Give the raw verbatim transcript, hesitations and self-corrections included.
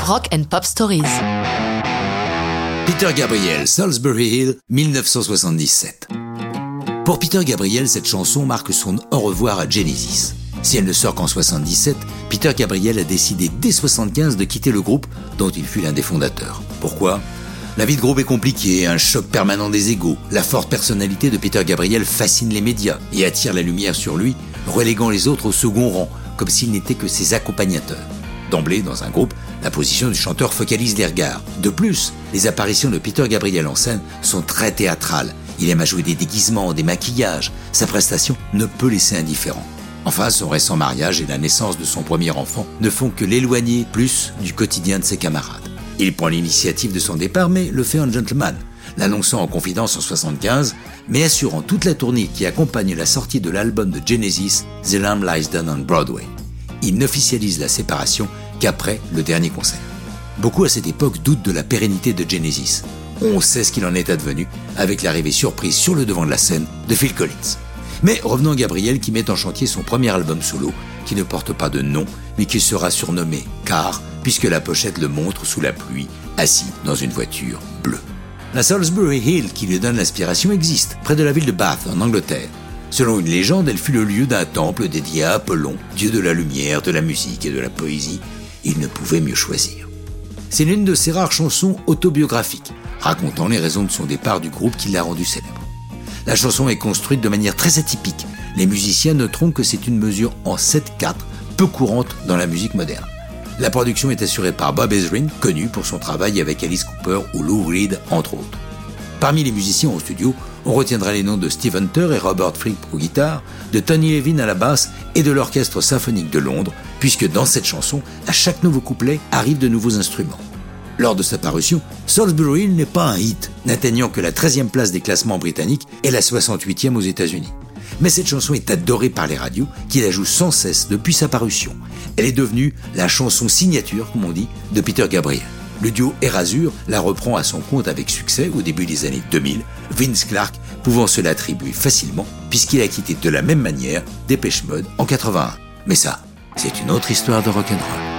Rock and Pop Stories. Peter Gabriel, Salisbury Hill, dix-neuf cent soixante-dix-sept. Pour Peter Gabriel, cette chanson marque son au revoir à Genesis. Si elle ne sort qu'en soixante-dix-sept, Peter Gabriel a décidé dès soixante-quinze de quitter le groupe dont il fut l'un des fondateurs. Pourquoi ? La vie de groupe est compliquée, un choc permanent des égos. La forte personnalité de Peter Gabriel fascine les médias et attire la lumière sur lui, reléguant les autres au second rang, comme s'ils n'étaient que ses accompagnateurs. D'emblée, dans un groupe, la position du chanteur focalise les regards. De plus, les apparitions de Peter Gabriel en scène sont très théâtrales. Il aime à jouer des déguisements, des maquillages. Sa prestation ne peut laisser indifférent. Enfin, son récent mariage et la naissance de son premier enfant ne font que l'éloigner plus du quotidien de ses camarades. Il prend l'initiative de son départ, mais le fait en gentleman, l'annonçant en confidence en soixante-quinze, mais assurant toute la tournée qui accompagne la sortie de l'album de Genesis, The Lamb Lies Down on Broadway. Il n'officialise la séparation qu'après le dernier concert. Beaucoup à cette époque doutent de la pérennité de Genesis. On sait ce qu'il en est advenu avec l'arrivée surprise sur le devant de la scène de Phil Collins. Mais revenons à Gabriel qui met en chantier son premier album solo, qui ne porte pas de nom, mais qui sera surnommé Car, puisque la pochette le montre sous la pluie, assis dans une voiture bleue. La Salisbury Hill qui lui donne l'inspiration existe, près de la ville de Bath, en Angleterre. Selon une légende, elle fut le lieu d'un temple dédié à Apollon, dieu de la lumière, de la musique et de la poésie. Il ne pouvait mieux choisir. C'est l'une de ses rares chansons autobiographiques, racontant les raisons de son départ du groupe qui l'a rendu célèbre. La chanson est construite de manière très atypique. Les musiciens noteront que c'est une mesure en sept quatre, peu courante dans la musique moderne. La production est assurée par Bob Ezrin, connu pour son travail avec Alice Cooper ou Lou Reed, entre autres. Parmi les musiciens au studio, on retiendra les noms de Steve Hunter et Robert Fripp aux guitares, de Tony Levin à la basse et de l'Orchestre symphonique de Londres, puisque dans cette chanson, à chaque nouveau couplet arrivent de nouveaux instruments. Lors de sa parution, Salisbury Hill n'est pas un hit, n'atteignant que la treizième place des classements britanniques et la soixante-huitième aux États-Unis. Mais cette chanson est adorée par les radios qui la jouent sans cesse depuis sa parution. Elle est devenue la chanson signature, comme on dit, de Peter Gabriel. Le duo Erasure la reprend à son compte avec succès au début des années deux mille, Vince Clarke pouvant se l'attribuer facilement puisqu'il a quitté de la même manière Depeche Mode en quatre-vingt-un. Mais ça, c'est une autre histoire de rock'n'roll.